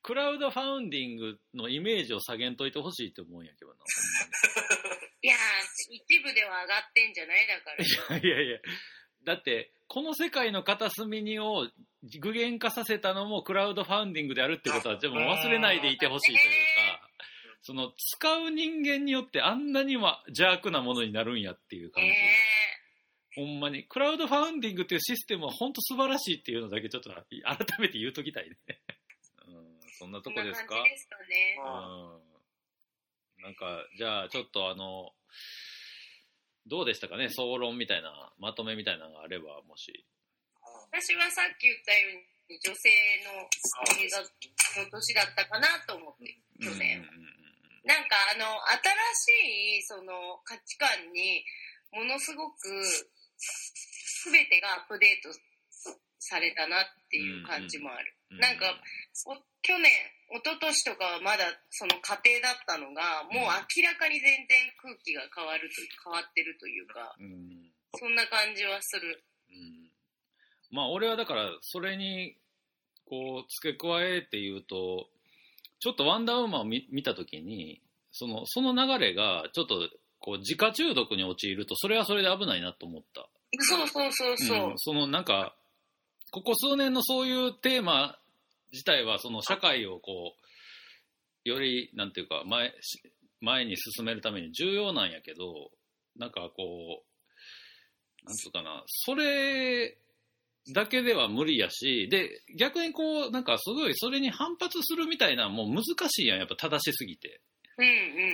S3: クラウドファウンディングのイメージを下げんといてほしいって思うんやけどな。
S1: いやー、一部では上がってんじゃないだから。
S3: いやいや、だって、この世界の片隅にを具現化させたのもクラウドファウンディングであるってことは、でも忘れないでいてほしいというか、その使う人間によってあんなには邪悪なものになるんやっていう感じ。えー、ほんまに。クラウドファウンディングっていうシステムは本当素晴らしいっていうのだけちょっと改めて言うときたいね。うん、そんなとこですか？
S1: そんな感じですかね。
S3: うん。なんか、じゃあちょっとあの、どうでしたかね、総論みたいな、まとめみたいなのがあれば、もし。
S1: 私はさっき言ったように、女性の映画の年だったかなと思って、去年。うんうんうん、なんかあの、新しいその価値観に、ものすごく、すべてがアップデートされたなっていう感じもある。うんうん、なんか、去年、一昨年とかはまだその過程だったのが、もう明らかに全然空気が変わると、変わってるというか、うん、そんな感じはする。
S3: うん、まあ俺はだからそれにこう付け加えて言うと、ちょっとワンダーウーマンを 見, 見たときに、その、その流れがちょっとこう自家中毒に陥ると、それはそれで危ないなと思った。
S1: そうそうそうそう。
S3: うん、そのなんか、ここ数年のそういうテーマ自体はその社会をこうよりなんていうか前前に進めるために重要なんやけど、なんかこうなんつうかな、それだけでは無理やし、で逆にこうなんかすごいそれに反発するみたいなもう難しいやん、やっぱ正しすぎて。
S1: うんうん。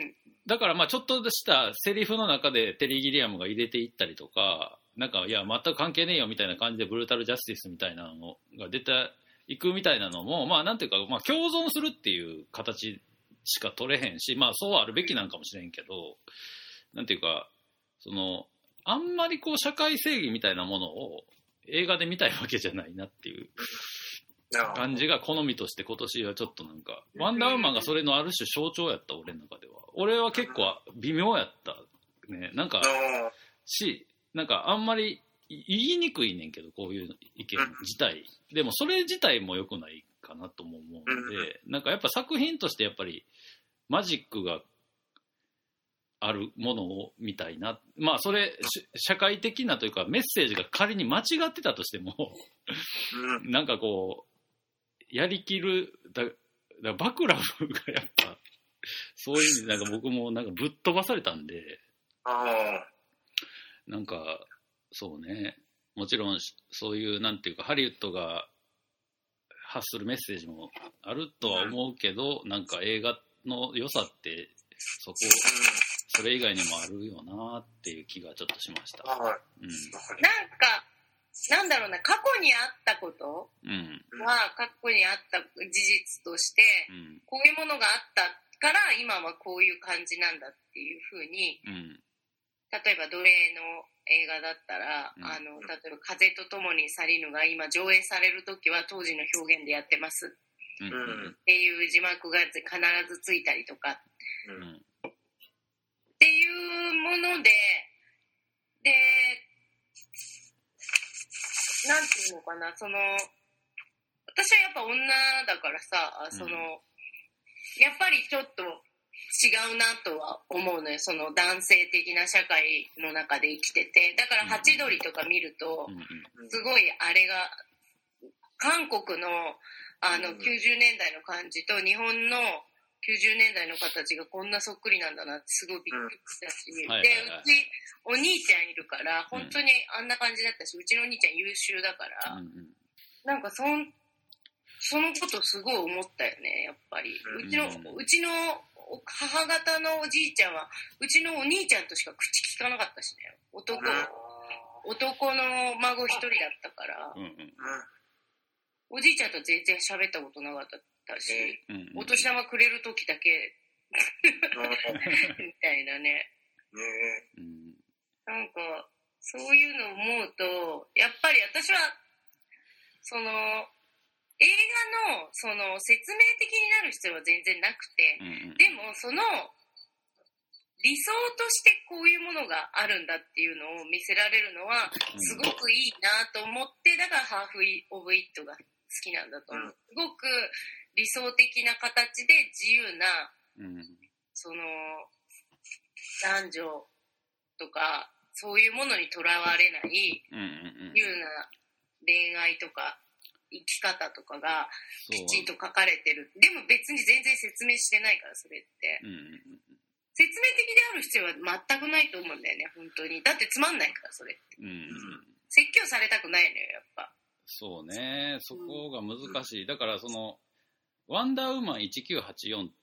S1: だ
S3: からまあちょっとしたセリフの中でテリー・ギリアムが入れていったりとか、なんかいや全く関係ねえよみたいな感じでブルータルジャスティスみたいなのが出ていくみたいなのも、まあなんていうか、まあ共存するっていう形しか取れへんし、まあそうあるべきなんかもしれんけど、なんていうか、そのあんまりこう社会正義みたいなものを映画で見たいわけじゃないなっていう感じが好みとして今年はちょっとなんか、ワンダーウーマンがそれのある種象徴やった、俺の中では。俺は結構微妙やったね。なんかし、なんかあんまり言いにくいねんけど、こういう意見自体。でもそれ自体も良くないかなとも思うので、なんかやっぱ作品としてやっぱりマジックがあるものを見たいな。まあそれ社会的なというかメッセージが仮に間違ってたとしてもなんかこうやりきるだだバクラフがやっぱそういう意味でなんか僕もなんかぶっ飛ばされたんで、なんかそうね、もちろんそういうなんていうかハリウッドが発するメッセージもあるとは思うけど、なんか映画の良さってそこそれ以外にもあるよなっていう気がちょっとしました。うん、なんか
S1: なんだろうな、過去にあったことは過去にあった事実として、うん、こういうものがあったから今はこういう感じなんだっていうふうに、うん、例えば奴隷の映画だったら、うん、あの例えば風と共に去りぬが今上映されるときは当時の表現でやってますっていう字幕が必ずついたりとか、うん、っていうもので、でなんていうのかな、その私はやっぱ女だからさ、その、うん、やっぱりちょっと違うなとは思うのよ、その男性的な社会の中で生きてて。だからハチドリとか見るとすごいあれが韓国のあのきゅうじゅうねんだいの感じと日本のきゅうじゅうねんだいの形がこんなそっくりなんだなってすごいびっくりしたし、うん、で、うちお兄ちゃんいるから本当にあんな感じだったし、うちのお兄ちゃん優秀だから、うん、なんかそんそのことすごい思ったよね、やっぱり。うちの、うちの母方のおじいちゃんはうちのお兄ちゃんとしか口聞かなかったしね、男男の孫一人だったから、うんうん、おじいちゃんと全然喋ったことなかったし、うんうん、お年玉くれる時だけみたいなね、うん、なんかそういうのを思うとやっぱり私はその映画のその説明的になる必要は全然なくて、うんうん、でもその理想としてこういうものがあるんだっていうのを見せられるのはすごくいいなと思って、だからハーフ・オブ・イットが好きなんだと思う。すごく理想的な形で自由な、うん、その男女とかそういうものにとらわれない、うんうんうん、自由な恋愛とか生き方とかがきちんと書かれてる。でも別に全然説明してないから、それって、うんうんうん、説明的である必要は全くないと思うんだよね、本当に。だってつまんないから、それって、うんうん、説教されたくないのよ、やっぱ。
S3: そうね、そこが難しい、うん、だからそのワンダーウーマンせんきゅうひゃくはちじゅうよんって、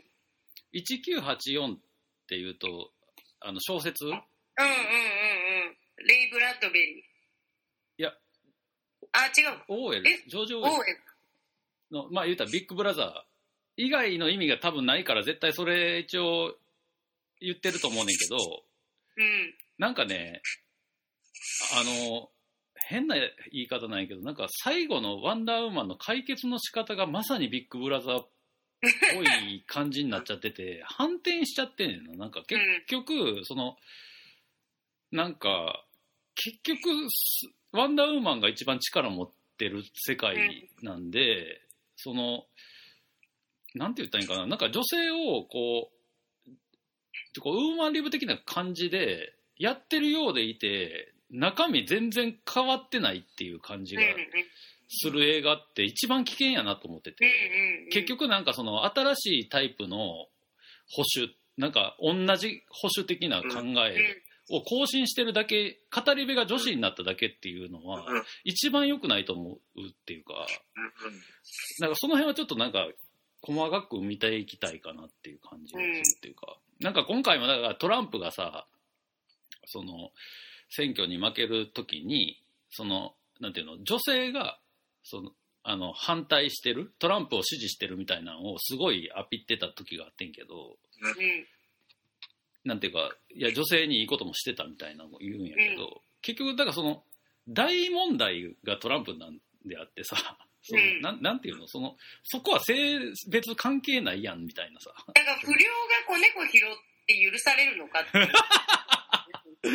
S3: うん、せんきゅうひゃくはちじゅうよんっていうとあの小説、うんうんうん
S1: うん、レイ・ブラッドベリー、
S3: いや
S1: あ、違う。
S3: オーエル、ジョージ・オーエルの、まあ言うたらビッグブラザー以外の意味が多分ないから絶対それ一応言ってると思うねんけど、うん、なんかね、あの、変な言い方なんやけど、なんか最後のワンダーウーマンの解決の仕方がまさにビッグブラザーっぽい感じになっちゃってて、反転しちゃってんねんな。なんか結局、その、なんか、結局、ワンダーウーマンが一番力持ってる世界なんで、うん、そのなんて言ったらいいかな、なんか女性をこう、こうウーマンリブ的な感じでやってるようでいて、中身全然変わってないっていう感じがする映画って一番危険やなと思ってて、結局なんかその新しいタイプの保守、なんか同じ保守的な考えを更新してるだけ、語り部が女子になっただけっていうのは一番良くないと思うっていうか、なんかその辺はちょっとなんか細かく見ていきたいかなっていう感じがするっていうか、なんか今回もだからトランプがさ、その選挙に負けるときに、そのなんていうの、女性がそのあの反対してる、トランプを支持してるみたいなのをすごいアピってた時があってんけど、うんなんていうか、いや女性にいいこともしてたみたいなのを言うんやけど、うん、結局だからその大問題がトランプなんであってさ、その、うん、な, なんていうの、そのそこは性別関係ないやんみたいなさ。
S1: だから不良が子猫拾って許されるのかっていう。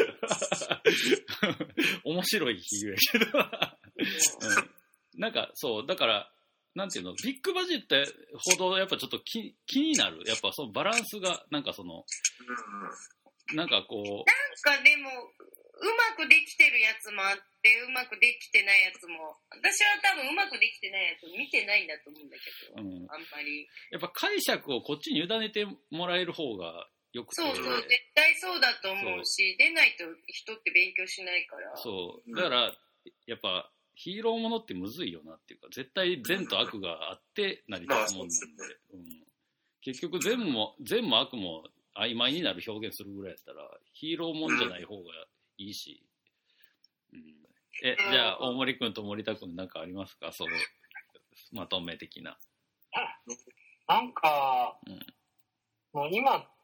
S3: 面白い比喩やけど、うん、なんかそうだから。なんていうの、ビッグバジェットほどやっぱちょっと 気, 気になる、やっぱそのバランスがなんかそのなんかこうなん
S1: かでもうまくできてるやつもあってうまくできてないやつも、私は多分うまくできてないやつ見てないんだと思うんだけど、うん、あんまり
S3: やっぱ解釈をこっちに委ねてもらえる方がよくて、
S1: そうそう絶対そうだと思うし、出ないと人って勉強しないから、
S3: そうだからやっぱヒーローものってむずいよなっていうか、絶対善と悪があって成り立つもんなんで、うん、結局善も善も悪も曖昧になる表現するぐらいやったらヒーローもんじゃない方がいいし、うん、えじゃあ大森くんと森田くんなんかありますか、そのまとめ的な。
S2: なんか、うん、もう今って、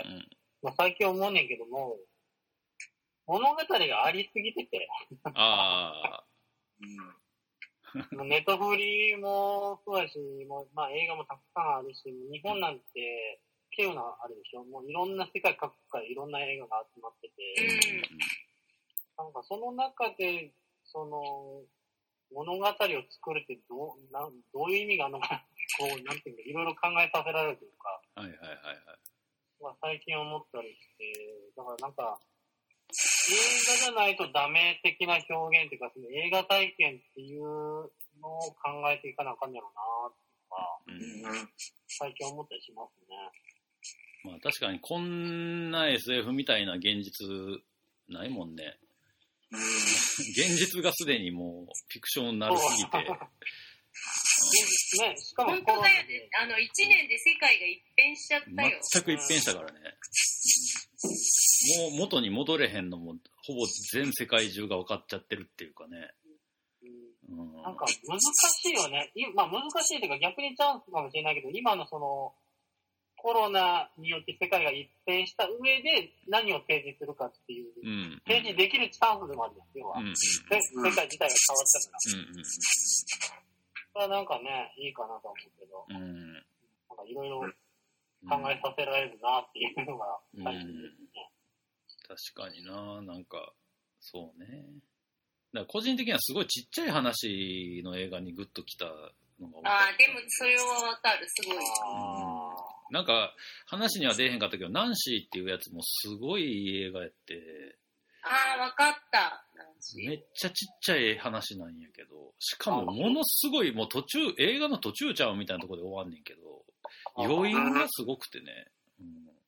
S2: うんまあ、最近思うねんけども物語がありすぎててああうん、ネトフリもそうだし、もうまあ、映画もたくさんあるし、日本なんて稀有なあるでしょ。もういろんな世界各国からいろんな映画が集まってて、うん、なんかその中でその物語を作るってどうなどういう意味があるのかこうなんていうかいろいろ考えさせられるというか、はいはいはいはい。まあ最近思ったりして、だからなんか。映画じゃないとダメ的な表現っていうか、その映画体験っていうのを考えていかなあかんやろうなっていうか、うん、最近思ったりします
S3: ね。まあ確かにこんな エスエフ みたいな現実ないもんね。うん、現実がすでにもうフィクションになりすぎて。
S1: ね、しかも本当だよね。あのいちねんで世界が一変しちゃったよ。
S3: 全く一変したからね。もう元に戻れへんのもほぼ全世界中が分かっちゃってるっていうかね、
S2: うんうん、なんか難しいよね。まあ難しいというか逆にチャンスかもしれないけど、今のそのコロナによって世界が一変した上で何を提示するかっていう、うん、提示できるチャンスでもあるんですよ、要は、うん、世界自体が変わったから、うんうん、それはなんかねいいかなと思うけど、うん、なんかいろいろ考えさせられるなっていうのが最近ですね、
S3: うん、確かにな、なんかそうね、だから個人的にはすごいちっちゃい話の映画にグッときたのが多
S1: かった。ああ、でもそれはわかる、すごい。
S3: あなんか話には出えへんかったけど、ナンシーっていうやつもすごいいい映画やって。
S1: ああ、わかった。
S3: めっちゃちっちゃい話なんやけど、しかもものすごいもう途中、映画の途中ちゃうみたいなところで終わんねんけど、余韻がすごくてね、うん、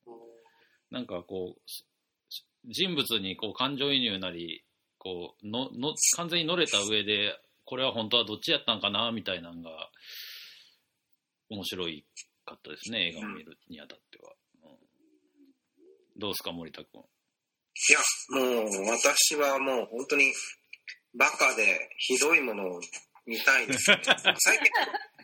S3: なんかこう、人物にこう感情移入なり、こうのの完全に乗れた上で、これは本当はどっちやったんかなみたいなのが面白いかったですね、映画を見るにあたっては。うん、どうですか、森田君。
S4: いや、もう私はもう本当にバカでひどいものを見たいですね。最近、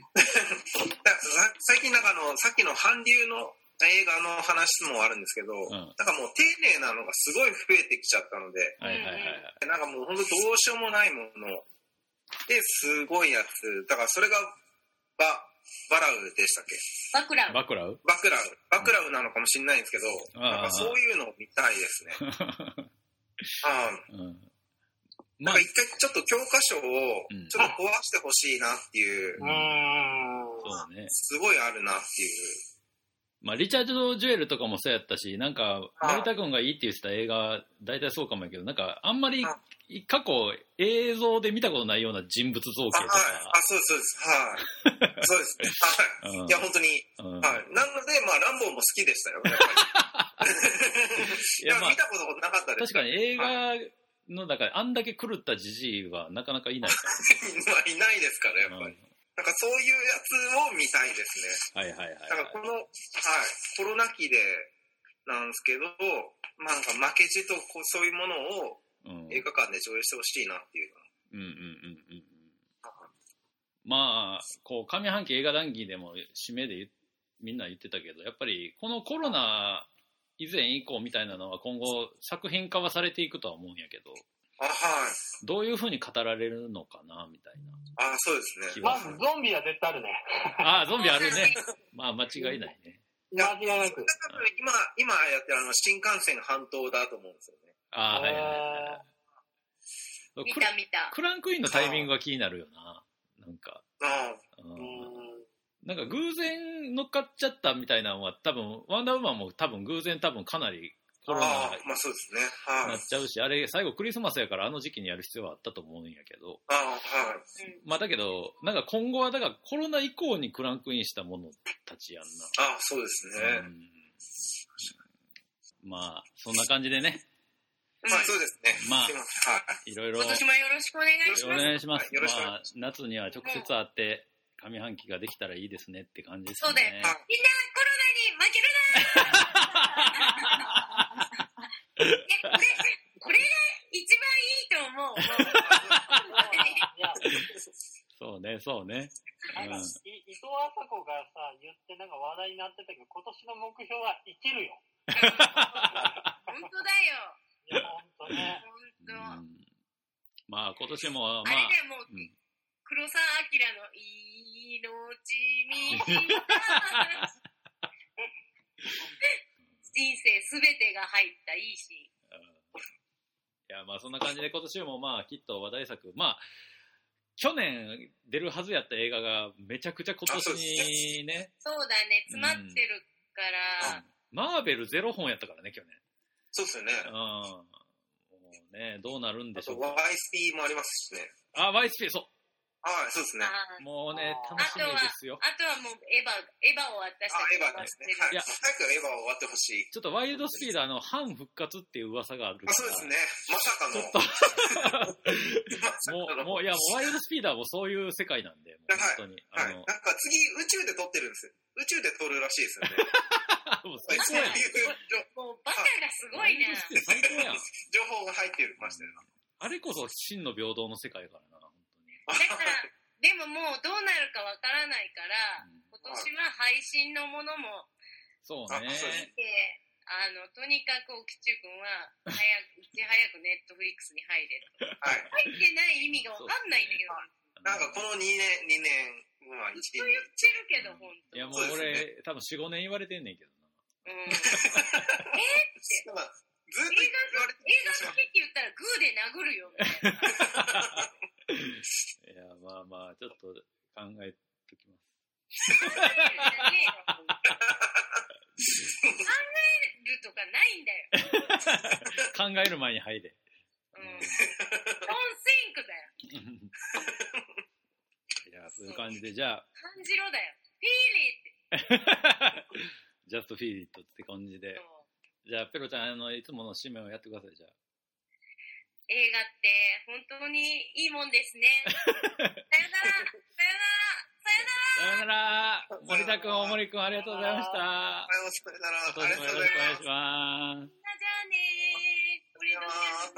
S4: 最近なんかあの、さっきの韓流の映画の話もあるんですけど、うん、なんかもう丁寧なのがすごい増えてきちゃったので、はいはいはい、なんかもう本当どうしようもないものですごいやつ、だからそれがバ、バラウでしたっけ？
S1: バクラウ。
S3: バクラウ
S4: バクラウ。バクラウなのかもしれないんですけど、うん、なんかそういうのを見たいですね。あうん、なんか一回ちょっと教科書をちょっと壊してほしいなっていう、うん、そうね、すごいあるなっていう。
S3: まあ、リチャード・ジュエルとかもそうやったし、なんか、森田君がいいって言ってた映画、大体そうかもやけど、なんか、あんまり過去映像で見たことないような人物造形とか。
S4: あ、はい、あ、そうです、そうです。はい。そうですね。はい。うん、いや、本当に、うん。はい。なので、まあ、ランボーも好きでしたよ、やっぱり。いや、まあ、見たことなかったです。
S3: 確かに映画の中で、あんだけ狂ったジジイはなかなかいないから。
S4: まあ、いないですから、やっぱり。うん、なんかそういうやつを見たいですね。
S3: はいはいはい、はい。
S4: だからこの、はい、コロナ期でなんですけど、まあなんか負けじとこうそういうものを映画館で上映してほしいなっていうの。うんうんうん
S3: うん。まあ、こう上半期映画談義でも締めでみんな言ってたけど、やっぱりこのコロナ以前以降みたいなのは今後作品化はされていくとは思うんやけど。
S4: あ、はい。
S3: どういう風に語られるのかなみたい
S4: な。あ、そうですね。
S2: まずゾンビは絶対あるね。
S3: あ、ゾンビあるね。まあ間違いないね。
S2: 間違いなく。
S4: 今、今やってるあの新幹線半島だと思うんですよね。
S3: あ、はいはいはい。
S1: 見た見た。
S3: クランクインのタイミングが気になるよな。なんか。ああ。なんか偶然乗っかっちゃったみたいなのは多分、ワンダーウーマンも多分偶然多分かなりコロナがなっちゃうし、あれ最後クリスマスやからあの時期にやる必要はあったと思うんやけど、あ、はい、まあだけどなんか今後はだからコロナ以降にクランクインしたものたちやんな。
S4: あ、そうですね。
S3: うん、まあそんな感じでね。
S4: まあそうですね。
S3: まあ、はい、いろいろ
S1: 今年もよろしくお願いします。
S3: お願いします。よろしくお願いします。まあ夏には直接会って上半期ができたらいいですねって感じですね。
S1: そうだよ。みんなコロナに負けるな。これ、これが一番いいと思う。
S3: そうね、そうね。
S2: なんか、うん、い伊藤麻子がさ、言ってなんか話題になってたけど、今年の目標は生きるよ。
S1: 本当だよ。
S2: いや、本当ね。
S1: 本当。
S3: まあ、今年も、まあ。
S1: あれだよ、もう、うん、黒澤明の命み人生すべてが入ったいいシーン。い
S3: や、まあそんな感じで今年もまあきっと話題作、まあ去年出るはずやった映画がめちゃくちゃ今年にね。
S1: そうだね、詰まってるから。
S3: うん、マーベルゼロほんやったからね、去年。
S4: そうですよね。うん。
S3: もうね、どうなるんでしょうか。
S4: ワイスピーもありますしね。
S3: あ、ワイスピー、そう。
S4: はい、そうですね。
S3: もうね、楽しみですよ。
S1: あとは、あとはもう、エヴァ、エヴァを私たち
S4: が待ってる。はい。いや、早くエヴァを終わってほしい。
S3: ちょっとワイルドスピード、あの、反復活っていう噂があるから。
S4: あ、そうですね。まさかの。
S3: もう、もう、いや、もうワイルドスピードはもうそういう世界なんで、もう本当に。
S4: はい。あの、なんか次、宇宙で撮ってるんですよ。宇宙で撮るらしいですよね。
S3: もう最高やん。
S1: もうバカがすごいな。
S3: 最高やん。
S4: 情報が入ってましたよ。
S3: あれこそ真の平等の世界からな、本当に。
S1: だから、でももうどうなるかわからないから、うん、今年は配信のものも、
S3: そうね。
S1: あの、とにかく奥中君は、早く、いち早くネットフリックスに入れと。はい。入ってない意味がわかんないんだけど。
S4: なんかこのにねん、にねん、まあいちねん。
S1: ずっと言ってるけど、ほんと。
S3: いやもう俺、ね、多分よん、ごねん言われてんねんけどな。うん。えー、って。
S4: ずっと言われて
S1: 映画好きって言ったらグーで殴るよ、みたいな。
S3: いや、まあまあ、ちょっと考え考える前に入れ。
S1: うん。Don't think だよ。
S3: いや、そういう感じで、じゃあ。
S1: 感じろだよ。feel it!
S3: just feel it って感じで。じゃあ、ペロちゃん、あの、いつもの締めをやってください、じゃあ。
S1: 映画って本当にいいもんですね。さよなら、さよなら、さよなら。
S3: さよなら。森田くん、大森くん、ありがとうございました。
S4: さよなら。
S3: 今年もよろしくお願いします。みんな
S1: じゃあねー。これどう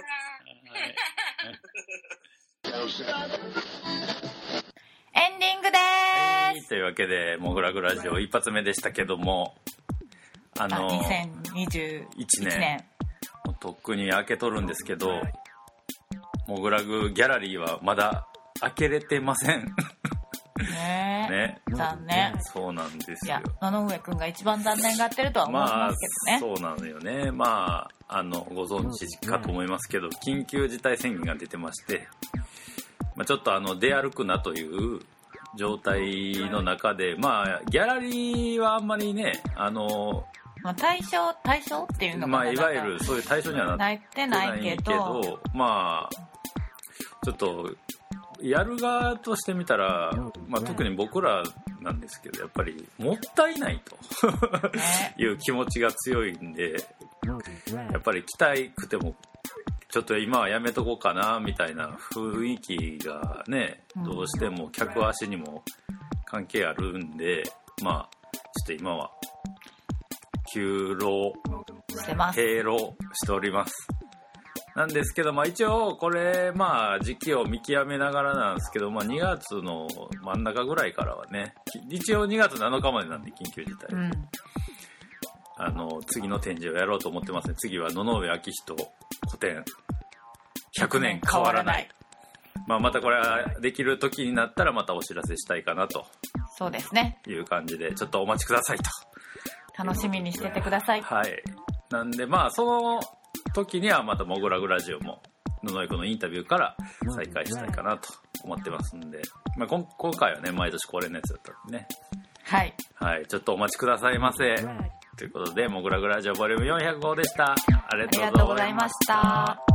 S1: やったエンディングでーす、
S3: はい、というわけで、モグラグラジオ一発目でしたけども、あのー、
S1: にせんにじゅういちねん。
S3: もうとっくに開けとるんですけど、モグラグギャラリーはまだ開けれてません。
S1: ねえ。ね。残念。
S3: そうなんですよ。いや、
S1: 野々上くんが一番残念がってるとは思いますけどね。
S3: まあ、そうなのよね。まあ、あの、ご存知かと思いますけど、緊急事態宣言が出てまして、まあ、ちょっとあの、出歩くなという状態の中で、まあ、ギャラリーはあんまりね、あの、
S1: まあ、対象、対象っていうのかな、
S3: まあ、いわゆるそういう対象にはなってないけど、けどまあ、ちょっと、やる側としてみたら、まあ、特に僕らなんですけど、やっぱりもったいないという気持ちが強いんで、やっぱり来たくても、ちょっと今はやめとこうかなみたいな雰囲気がね、どうしても客足にも関係あるんで、まあ、ちょっと今は休労、閉労しております。なんですけど、まあ一応これ、まあ時期を見極めながらなんですけど、まあにがつの真ん中ぐらいからはね、一応にがつなのかまでなんで緊急事態。うん、あの、次の展示をやろうと思ってますね。次は野々上昭仁個展、ひゃくねん変わらない。まあまたこれはできる時になったらまたお知らせしたいかなと。
S1: そうですね。
S3: いう感じで、ちょっとお待ちくださいと。
S1: 楽しみにしててください。
S3: はい。なんでまあその、時にはまたモグラグラジオも野々くんのインタビューから再開したいかなと思ってますんで、まあ、今, 今回はね毎年恒例のやつだったんでね、
S1: はい
S3: はい、ちょっとお待ちくださいませということで、モグラグラジオボリュームよんひゃくごでした。ありがとうございました。